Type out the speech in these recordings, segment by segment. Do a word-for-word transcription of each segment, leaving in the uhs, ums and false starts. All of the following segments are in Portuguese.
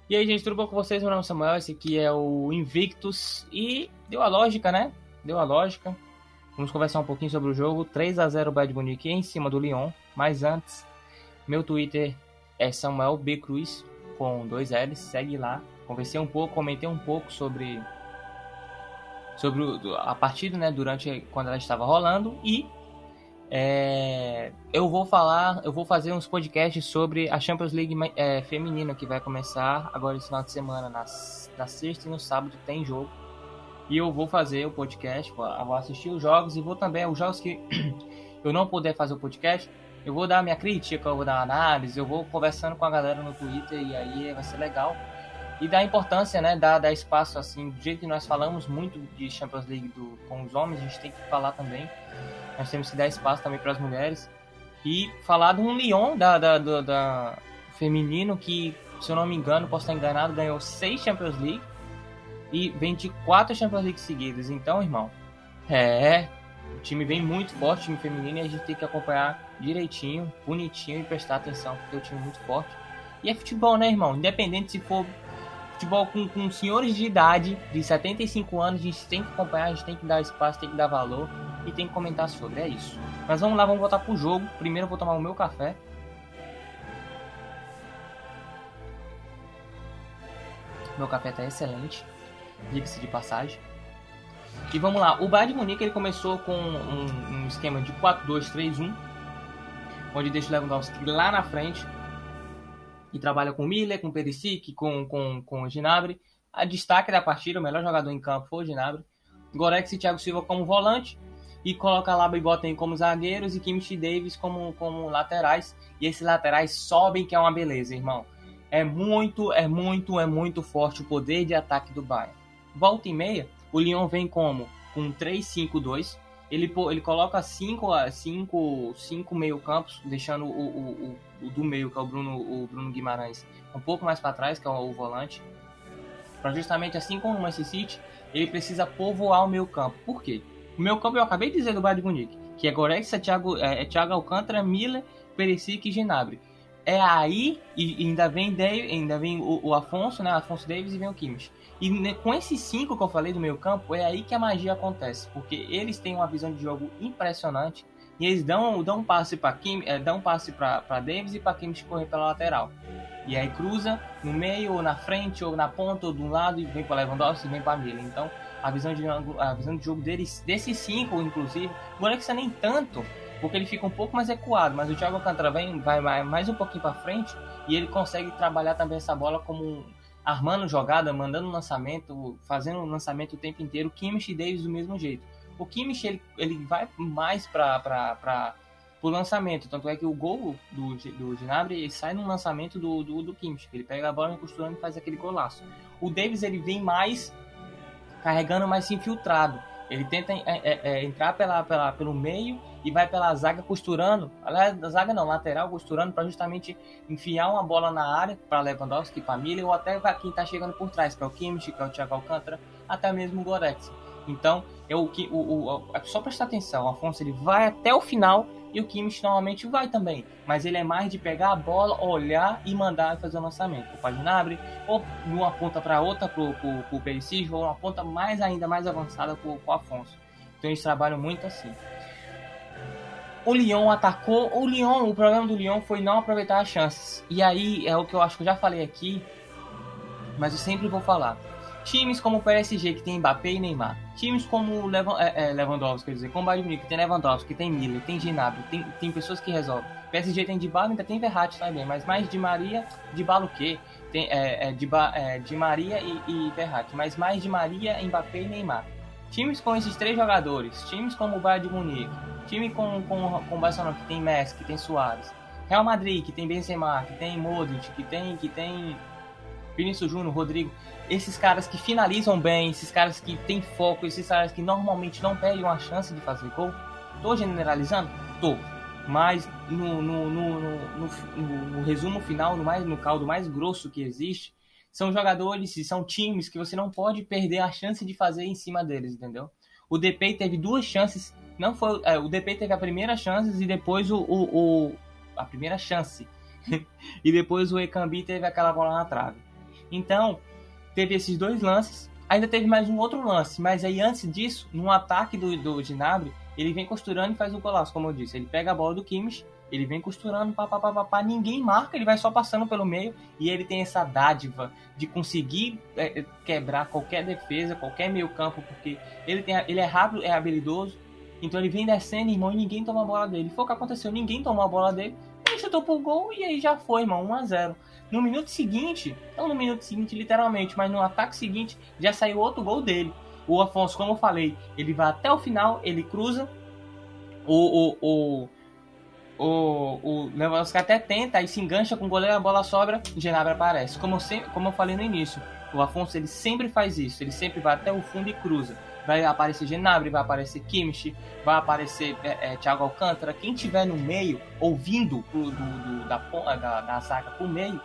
E aí, gente, tudo bom com vocês? Meu nome é Samuel, esse aqui é o Invictus. E deu a lógica, né? Deu a lógica. Vamos conversar um pouquinho sobre o jogo. três a zero Bayern de Munique em cima do Lyon. Mas antes, meu Twitter é Samuel B. Cruz, com dois L's. Segue lá. Conversei um pouco, comentei um pouco sobre, sobre a partida, né? Durante quando ela estava rolando. E É, eu vou falar, eu vou fazer uns podcasts sobre a Champions League é, feminina que vai começar agora esse final de semana, na, na sexta e no sábado tem jogo. E eu vou fazer o podcast, vou assistir os jogos e vou também, os jogos que eu não puder fazer o podcast, eu vou dar a minha crítica, eu vou dar análise, eu vou conversando com a galera no Twitter e aí vai ser legal. E dá importância, né, dar, dar espaço assim, do jeito que nós falamos muito de Champions League do, com os homens, a gente tem que falar também. Nós temos que dar espaço também para as mulheres. E falar de um Lyon da, da, da, da feminino que, se eu não me engano, posso estar enganado, ganhou seis Champions League e vem de quatro Champions League seguidas. Então, irmão, é, o time vem muito forte, o time feminino, e a gente tem que acompanhar direitinho, bonitinho e prestar atenção, porque é um time muito forte. E é futebol, né, irmão? Independente se for futebol com, com senhores de idade, de setenta e cinco anos, a gente tem que acompanhar, a gente tem que dar espaço, tem que dar valor e tem que comentar sobre, é isso. Mas vamos lá, vamos voltar pro jogo. Primeiro eu vou tomar o meu café. Meu café tá excelente, diga-se de passagem. E vamos lá, o Bayern de Munique ele começou com um, um esquema de quatro dois três um, onde deixa o Lewandowski lá na frente e trabalha com o Miller, com o Perisic, com, com, com o Gnabry. A destaque da partida, o melhor jogador em campo foi o Gnabry. Goretzka e Thiago Silva como volante, e coloca Alaba e Boateng como zagueiros e Kimmich e Davis como, como laterais. E esses laterais sobem, que é uma beleza, irmão. É muito, é muito, é muito forte o poder de ataque do Bayern. Volta e meia, o Lyon vem como? Com três cinco dois. Ele, ele coloca cinco, cinco, cinco meio campos, deixando o, o, o, o do meio, que é o Bruno, o Bruno Guimarães, um pouco mais para trás, que é o, o volante. Para justamente, assim como o Manchester City, ele precisa povoar o meio campo. Por quê? O meio campo eu acabei de dizer do Bayern de Munique, que é Goretzka, Thiago, é, é Thiago Alcântara, Miller, Perisic e Gnabry. É aí, e, e ainda vem, Dave, ainda vem o, o Afonso, né? Afonso Davies, e vem o Kimmich. E ne, com esses cinco que eu falei do meio campo, é aí que a magia acontece, porque eles têm uma visão de jogo impressionante e eles dão, dão um passe para é, dão um passe para Davies e para Kimmich correr pela lateral. E aí cruza no meio, ou na frente, ou na ponta, ou de um lado, e vem para Lewandowski e vem para Miller. Então, a visão de, a visão de jogo deles, desses cinco, inclusive, o Goretzka nem tanto, porque ele fica um pouco mais recuado, mas o Thiago Alcântara vem, vai mais um pouquinho para frente e ele consegue trabalhar também essa bola como armando jogada, mandando lançamento, fazendo um lançamento o tempo inteiro. O Kimmich e Davies do mesmo jeito. O Kimmich ele, ele vai mais para o lançamento, tanto é que o gol do, do Gnabry ele sai no lançamento do, do, do Kimmich, ele pega a bola e costurando e faz aquele golaço. O Davies ele vem mais carregando, mais infiltrado. Ele tenta é, é, é, entrar pela, pela, pelo meio e vai pela zaga costurando, aliás, a zaga não, lateral costurando para justamente enfiar uma bola na área para Lewandowski, para Miller ou até para quem está chegando por trás, que é o Kimmich, que é o Thiago Alcântara, até mesmo o Goretzka. Então, eu, o, o, o, só prestar atenção, o Afonso ele vai até o final e o Kimmich normalmente vai também, mas ele é mais de pegar a bola, olhar e mandar fazer o lançamento, ou para o Gnabry, ou de uma ponta para outra para o Perisic, ou uma ponta mais ainda mais avançada para o Afonso. Então eles trabalham muito assim. O Lyon atacou, o Lyon, o problema do Lyon foi não aproveitar as chances. E aí é o que eu acho que eu já falei aqui, mas eu sempre vou falar. Times como o P S G, que tem Mbappé e Neymar. Times como o Levan, é, é, Lewandowski, quer dizer, como o Bayern de Munique, que tem Lewandowski, que tem Miller, tem Gnabry, tem, tem pessoas que resolvem. P S G tem Dybala, ainda tem Verratti também, mas mais Di Maria, Dybala o quê? Tem é, é, Di, é, Di Maria e, e Verratti, mas mais Di Maria, Mbappé e Neymar. Times com esses três jogadores, times como o Bayern de Munique, time com, com, com o Barcelona, que tem Messi, que tem Suárez, Real Madrid, que tem Benzema, que tem Modric, que tem, que tem Vinícius Júnior, Rodrigo, esses caras que finalizam bem, esses caras que têm foco, esses caras que normalmente não perdem uma chance de fazer gol. Tô generalizando? Tô. Mas no, no, no, no, no, no resumo final, no, mais, no caldo mais grosso que existe, são jogadores e são times que você não pode perder a chance de fazer em cima deles, entendeu? O D P teve duas chances, não foi, é, o D P teve a primeira chance e depois o, o, o a primeira chance e depois o Ekambi teve aquela bola na trave. Então, teve esses dois lances. Ainda teve mais um outro lance, mas aí antes disso, no ataque do, do Gnabry, ele vem costurando e faz o golaço, como eu disse. Ele pega a bola do Kimmich, ele vem costurando, pá, pá, pá, pá, pá, ninguém marca, ele vai só passando pelo meio, e ele tem essa dádiva de conseguir é, quebrar qualquer defesa, qualquer meio campo, porque ele, tem, ele é rápido, é habilidoso, então ele vem descendo, irmão, e ninguém toma a bola dele. Foi o que aconteceu, ninguém tomou a bola dele, ele chutou pro gol, e aí já foi, irmão, um a zero. No minuto seguinte, não no minuto seguinte literalmente, mas no ataque seguinte, já saiu outro gol dele. O Afonso, como eu falei, ele vai até o final, ele cruza, o... o, o O, o Lewandowski até tenta, aí se engancha com o goleiro, a bola sobra, o Gnabry aparece. Como eu, sempre, como eu falei no início, o Afonso ele sempre faz isso, ele sempre vai até o fundo e cruza. Vai aparecer Gnabry, vai aparecer Kimmich, vai aparecer é, é, Thiago Alcântara. Quem tiver no meio, ouvindo do, do, do, da, da, da zaga pro meio,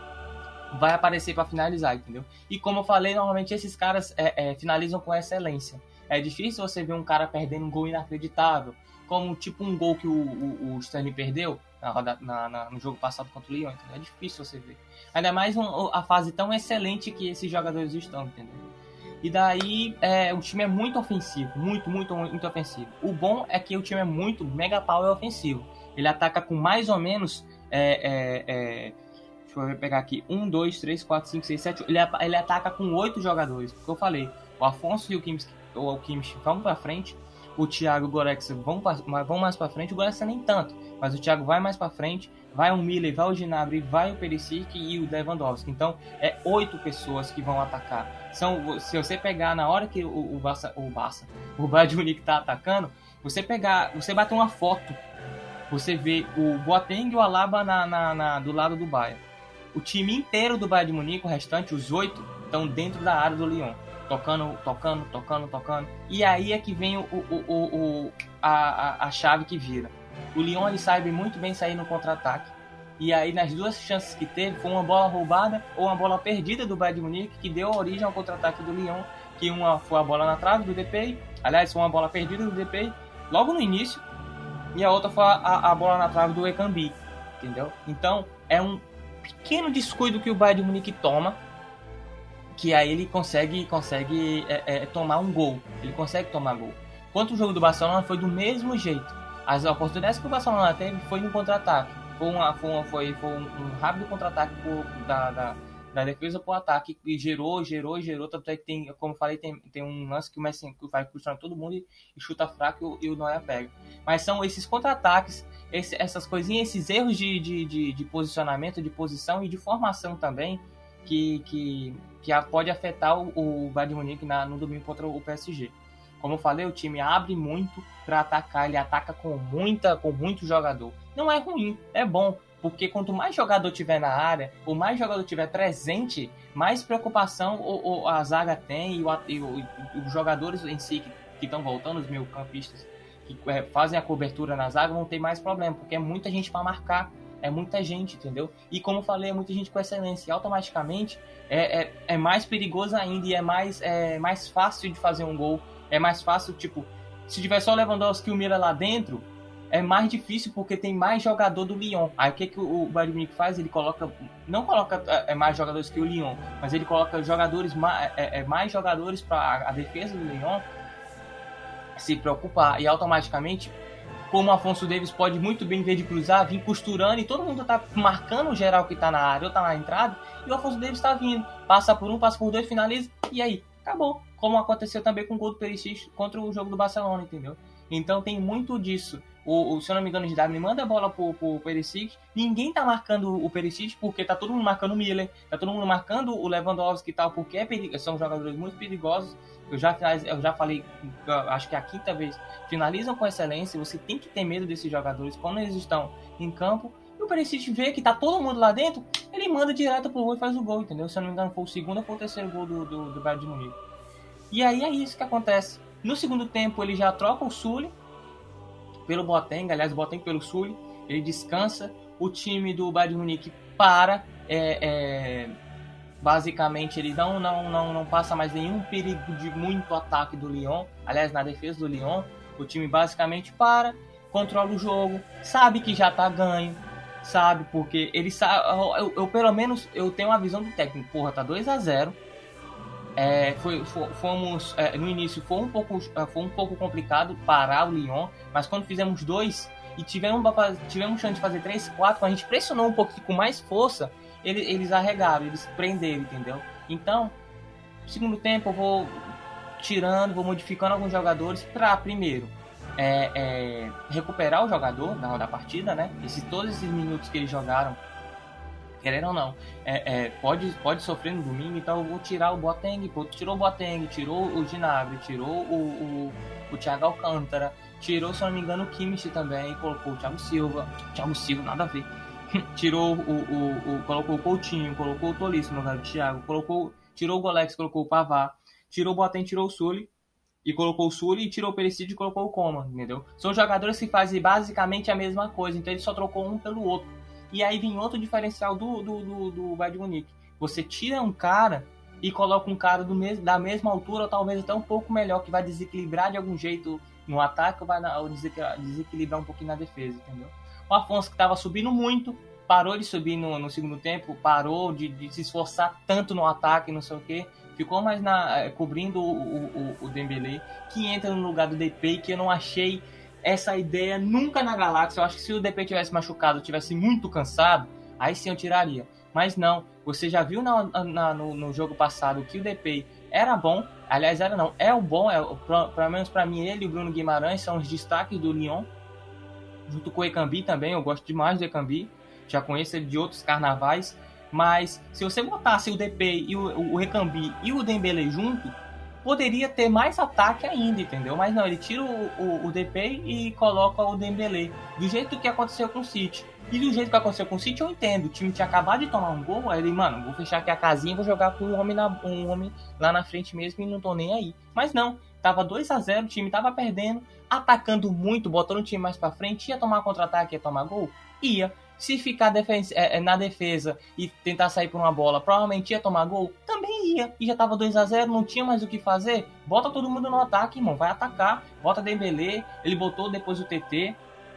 vai aparecer para finalizar, entendeu? E como eu falei, normalmente esses caras é, é, finalizam com excelência. É difícil você ver um cara perdendo um gol inacreditável, como tipo um gol que o, o, o Sterling perdeu na, na, na, no jogo passado contra o Lyon, entendeu? É difícil você ver. Ainda mais um, a fase tão excelente que esses jogadores estão, entendeu? E daí é, o time é muito ofensivo, muito, muito, muito ofensivo. O bom é que o time é muito mega power ofensivo. Ele ataca com mais ou menos... É, é, é, deixa eu pegar aqui. um, dois, três, quatro, cinco, seis, sete... Ele, ele ataca com oito jogadores. Porque eu falei, o Afonso e o Kimmich, o Kimmich vão pra frente. O Thiago e o Goretzka vão, vão mais para frente, o Goretzka nem tanto, mas o Thiago vai mais para frente, vai o Miller, vai o Gnabry, vai o Perisic e o Lewandowski. Então, é oito pessoas que vão atacar. São, se você pegar na hora que o, o Barça, o Barça, o Bayern de Munique tá atacando, você pegar, você bater uma foto, você vê o Boateng e o Alaba na, na, na, do lado do Bayern. O time inteiro do Bayern de Munique, o restante, os oito, estão dentro da área do Lyon. Tocando, tocando, tocando, tocando. E aí é que vem o, o, o, o, a, a chave que vira. O Lyon ele sabe muito bem sair no contra-ataque. E aí nas duas chances que teve, foi uma bola roubada ou uma bola perdida do Bayern de Munique que deu origem ao contra-ataque do Lyon. Que uma foi a bola na trave do Depay. Aliás, foi uma bola perdida do Depay logo no início. E a outra foi a, a bola na trave do Ekambi. Entendeu? Então é um pequeno descuido que o Bayern de Munique toma, que aí ele consegue, consegue é, é, tomar um gol. Ele consegue tomar gol. Enquanto o jogo do Barcelona foi do mesmo jeito. As oportunidades que o Barcelona teve foi no contra-ataque. Foi, uma, foi, uma, foi, foi um, um rápido contra-ataque por, da, da, da defesa para o ataque. E gerou, gerou, gerou. Tanto é que tem, como eu falei, tem, tem um lance que o Messi vai cruzando todo mundo e, e chuta fraco e, e o Neuer pega. Mas são esses contra-ataques, esse, essas coisinhas, esses erros de, de, de, de posicionamento, de posição e de formação também, que... que que pode afetar o, o Bayern de Munique na, no domingo contra o P S G. Como eu falei, o time abre muito para atacar, ele ataca com, muita, com muito jogador. Não é ruim, é bom, porque quanto mais jogador tiver na área, ou mais jogador tiver presente, mais preocupação o, o, a zaga tem e, o, e, o, e os jogadores em si que estão voltando, os meio-campistas que é, fazem a cobertura na zaga, vão ter mais problema, porque é muita gente para marcar. É muita gente, entendeu? E como eu falei, é muita gente com excelência. E automaticamente é, é, é mais perigoso ainda e é mais, é mais fácil de fazer um gol. É mais fácil, tipo, se tiver só o Lewandowski e o Miller lá dentro, é mais difícil porque tem mais jogador do Lyon. Aí o que, que o Bayern de Munique faz? Ele coloca, não coloca é, mais jogadores que o Lyon, mas ele coloca jogadores mais, é, é, mais jogadores para a defesa do Lyon se preocupar. E automaticamente, como o Afonso Davies pode muito bem, em vez de cruzar, vir costurando e todo mundo tá marcando o geral que tá na área ou tá na entrada, e o Afonso Davies tá vindo, passa por um, passa por dois, finaliza, e aí, acabou. Como aconteceu também com o gol do Perisic contra o jogo do Barcelona, entendeu? Então tem muito disso. O, o, se eu não me engano, o Gnabry manda a bola pro, pro Perisic, ninguém tá marcando o Perisic porque tá todo mundo marcando o Miller, tá todo mundo marcando o Lewandowski e tal, porque é perigo, são jogadores muito perigosos. Eu já, eu já falei, acho que é a quinta vez, finalizam com excelência, você tem que ter medo desses jogadores quando eles estão em campo. E o Perisic vê que tá todo mundo lá dentro, ele manda direto pro gol e faz o gol, entendeu? Se eu não me engano, foi o segundo ou foi o terceiro gol do, do, do Bayern de Munique. E aí é isso que acontece. No segundo tempo, ele já troca o Sully pelo Boateng, aliás, o Boateng pelo Sully, ele descansa, o time do Bayern de Munique para, é, é, basicamente ele não, não, não, não passa mais nenhum perigo de muito ataque do Lyon, aliás, na defesa do Lyon, o time basicamente para, controla o jogo, sabe que já tá ganho, sabe, porque ele sabe, eu, eu pelo menos eu tenho uma visão do técnico, porra, tá dois a zero. É, foi, fomos, é, no início foi um, pouco, foi um pouco complicado parar o Lyon, mas quando fizemos dois e tivemos, tivemos chance de fazer três, quatro, quando a gente pressionou um pouquinho com mais força, eles, eles arregaram, eles prenderam, entendeu? Então, no segundo tempo eu vou tirando, vou modificando alguns jogadores para, primeiro, é, é, recuperar o jogador na, da partida, né? Esses, todos esses minutos que eles jogaram, querendo ou não, é, é, pode, pode sofrer no domingo, então eu vou tirar o Boateng, pô, tirou o Boateng, tirou o Gnabry, tirou o, o, o Thiago Alcântara, tirou, se eu não me engano, o Kimmich também, colocou o Thiago Silva, Thiago Silva, nada a ver, tirou o, o, o, colocou o Coutinho, colocou o Tolisso no lugar do Thiago, colocou, tirou o Golex, colocou o Pavard, tirou o Boateng, tirou o Sully, e colocou o Sully, e tirou o Perisic e colocou o Coman, entendeu? São jogadores que fazem basicamente a mesma coisa, então ele só trocou um pelo outro. E aí vem outro diferencial do, do, do, do Bayern de Munique. Você tira um cara e coloca um cara do mesmo, da mesma altura, ou talvez até um pouco melhor, que vai desequilibrar de algum jeito no ataque, ou vai na, ou desequilibrar um pouquinho na defesa, entendeu? O Afonso, que estava subindo muito, parou de subir no, no segundo tempo, parou de, de se esforçar tanto no ataque, não sei o quê, ficou mais na, cobrindo o, o, o Dembélé, que entra no lugar do Depay, que eu não achei essa ideia nunca na Galáxia. Eu acho que se o Depay tivesse machucado, tivesse muito cansado, aí sim eu tiraria. Mas não, você já viu na, na, no, no jogo passado que o Depay era bom, aliás, era não, é o bom, é, pelo menos para mim, ele e o Bruno Guimarães são os destaques do Lyon, junto com o Ekambi também, eu gosto demais do Ekambi, já conheço ele de outros carnavais, mas se você botasse o Depay e o, o Ekambi e o Dembélé junto, poderia ter mais ataque ainda, entendeu? Mas não, ele tira o, o, o Depay e coloca o Dembélé, do jeito que aconteceu com o City. E do jeito que aconteceu com o City, eu entendo. O time tinha acabado de tomar um gol, aí ele, mano, vou fechar aqui a casinha e vou jogar com um homem, na, um homem lá na frente mesmo e não tô nem aí. Mas não, tava dois a zero, o time tava perdendo, atacando muito, botando o time mais pra frente, ia tomar contra-ataque, ia tomar gol? Ia. Se ficar defen- é, na defesa e tentar sair por uma bola, provavelmente ia tomar gol? Também ia. E já tava dois a zero, não tinha mais o que fazer. Bota todo mundo no ataque, irmão. Vai atacar. Bota Dembélé. Ele botou depois o T T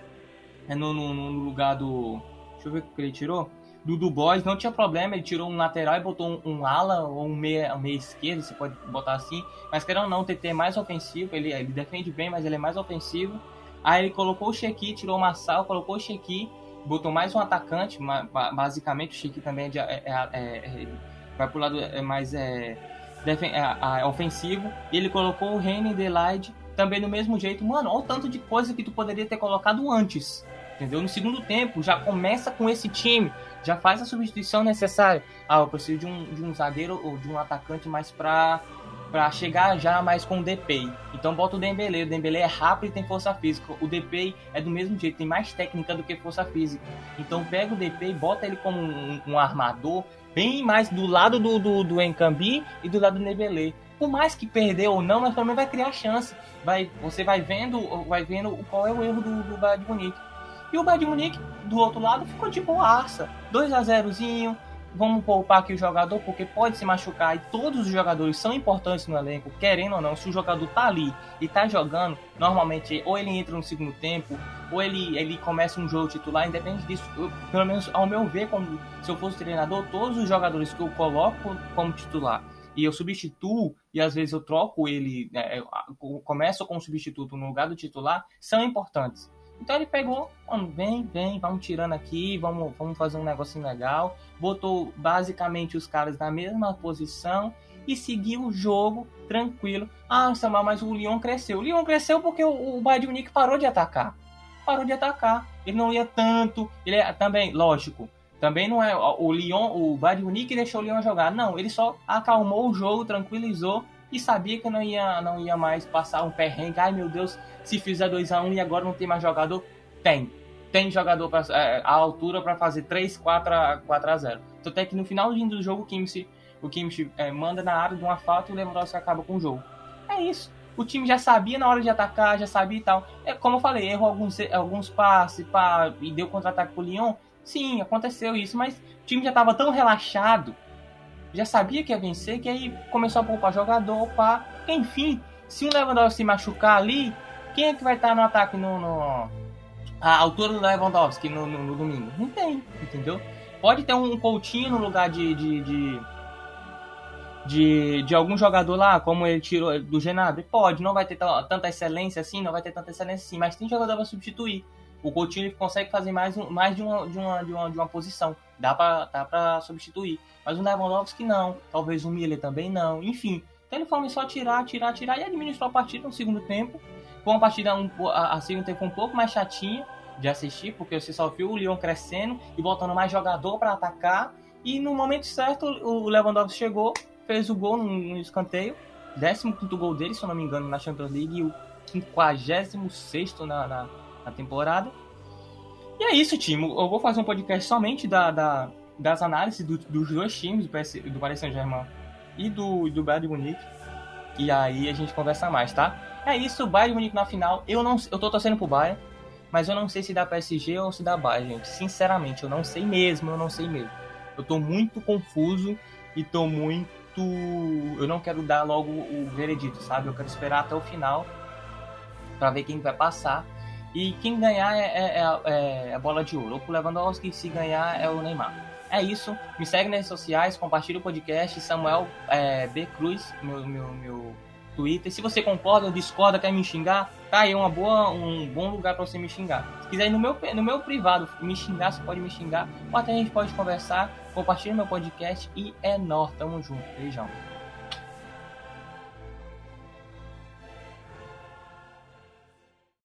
no, no, no lugar do... Deixa eu ver o que ele tirou. Do Du Bois. Não tinha problema. Ele tirou um lateral e botou um, um ala ou um meia, um meia esquerdo. Você pode botar assim. Mas querendo ou não, o T T é mais ofensivo. Ele, ele defende bem, mas ele é mais ofensivo. Aí ele colocou o Shequi, tirou o Massal, colocou o Shequi. Botou mais um atacante, basicamente o Chique também é, é, é, é, vai pro lado mais é, é, é, ofensivo, e ele colocou o Reine Delight também do mesmo jeito. Mano, olha o tanto de coisa que tu poderia ter colocado antes, entendeu? No segundo tempo, já começa com esse time, já faz a substituição necessária. Ah, eu preciso de um, de um zagueiro ou de um atacante mais pra... para chegar já mais com o Depay. Então bota o Dembélé. O Dembélé é rápido e tem força física. O Depay é do mesmo jeito, tem mais técnica do que força física. Então pega o Depay, bota ele como um, um armador, bem mais do lado do, do, do Ekambi e do lado do Dembélé. Por mais que perder ou não, mas pelo menos vai criar chance. Vai, você vai vendo, vai vendo qual é o erro do, do Bayern de Munique. E o Bayern de Munique, do outro lado, ficou de boaça. dois a zerozinho. Vamos poupar aqui o jogador, porque pode se machucar, e todos os jogadores são importantes no elenco, querendo ou não. Se o jogador tá ali e tá jogando, normalmente ou ele entra no segundo tempo, ou ele, ele começa um jogo titular, independente disso. Eu, pelo menos ao meu ver, como, se eu fosse treinador, todos os jogadores que eu coloco como titular e eu substituo, e às vezes eu troco ele, é, eu começo com um substituto no lugar do titular, são importantes. Então ele pegou, mano, vem, vem, vamos tirando aqui, vamos, vamos fazer um negocinho legal. Botou basicamente os caras na mesma posição e seguiu o jogo tranquilo. Ah, Samuel, mas o Lyon cresceu. O Lyon cresceu porque o, o Bayern de Munique parou de atacar. Parou de atacar. Ele não ia tanto. Ele é, também, lógico, também não é o Lyon, o Bayern de Munique deixou o Lyon jogar. Não, ele só acalmou o jogo, tranquilizou. E sabia que não ia, não ia mais passar um perrengue. Ai, meu Deus, se fizer dois a um e agora não tem mais jogador. Tem. Tem jogador pra, é, à altura para fazer três, quatro a zero. Então até que no finalzinho do jogo o Kimmich, o Kimmich é, manda na área de uma falta e o Lewandowski acaba com o jogo. É isso. O time já sabia na hora de atacar, já sabia e tal. É, como eu falei, errou alguns, alguns passes pá, e deu contra-ataque pro Lyon. Sim, aconteceu isso, mas o time já estava tão relaxado, já sabia que ia vencer, que aí começou a poupar jogador, pá. Enfim, se o Lewandowski se machucar ali, quem é que vai estar no ataque no, no, a altura do Lewandowski no, no, no domingo? Não tem, entendeu? Pode ter um Coutinho no lugar de de, de, de, de algum jogador lá, como ele tirou do Gnabry? Pode, não vai ter tanta excelência assim, não vai ter tanta excelência assim, mas tem jogador para substituir. O Coutinho ele consegue fazer mais, mais de, uma, de, uma, de, uma, de uma posição, dá para dá pra substituir. Mas o Lewandowski não, talvez o Miller também não, enfim. Então ele foi só tirar, tirar, tirar e administrou a partida no segundo tempo. Foi uma partida, um, a, a segundo tempo um pouco mais chatinha de assistir, porque você só viu o Lyon crescendo e botando mais jogador para atacar. E no momento certo, o Lewandowski chegou, fez o gol no, no escanteio, décimo quinto gol dele, se eu não me engano, na Champions League, e o quinquagésimo sexto na, na, na temporada. E é isso, time. Eu vou fazer um podcast somente da, da, das análises do, dos dois times, do, P S, do Paris Saint-Germain e do, do Bayern de Munique. E aí a gente conversa mais, tá? É isso, o Bayern de Munique na final. Eu, não, eu tô torcendo pro Bayern, mas eu não sei se dá P S G ou se dá Bayern, gente. Sinceramente, eu não sei mesmo, eu não sei mesmo. Eu tô muito confuso e tô muito... Eu não quero dar logo o veredito, sabe? Eu quero esperar até o final pra ver quem vai passar. E quem ganhar é, é, é, é a bola de ouro. Ou pro Lewandowski, se ganhar é o Neymar. É isso, me segue nas redes sociais, compartilha o podcast, Samuel é, B. Cruz, meu, meu, meu Twitter. Se você concorda ou discorda, quer me xingar, tá aí uma boa, um bom lugar para você me xingar. Se quiser ir no meu, no meu privado me xingar, você pode me xingar, ou até a gente pode conversar. Compartilha meu podcast e é nóis, tamo junto, beijão.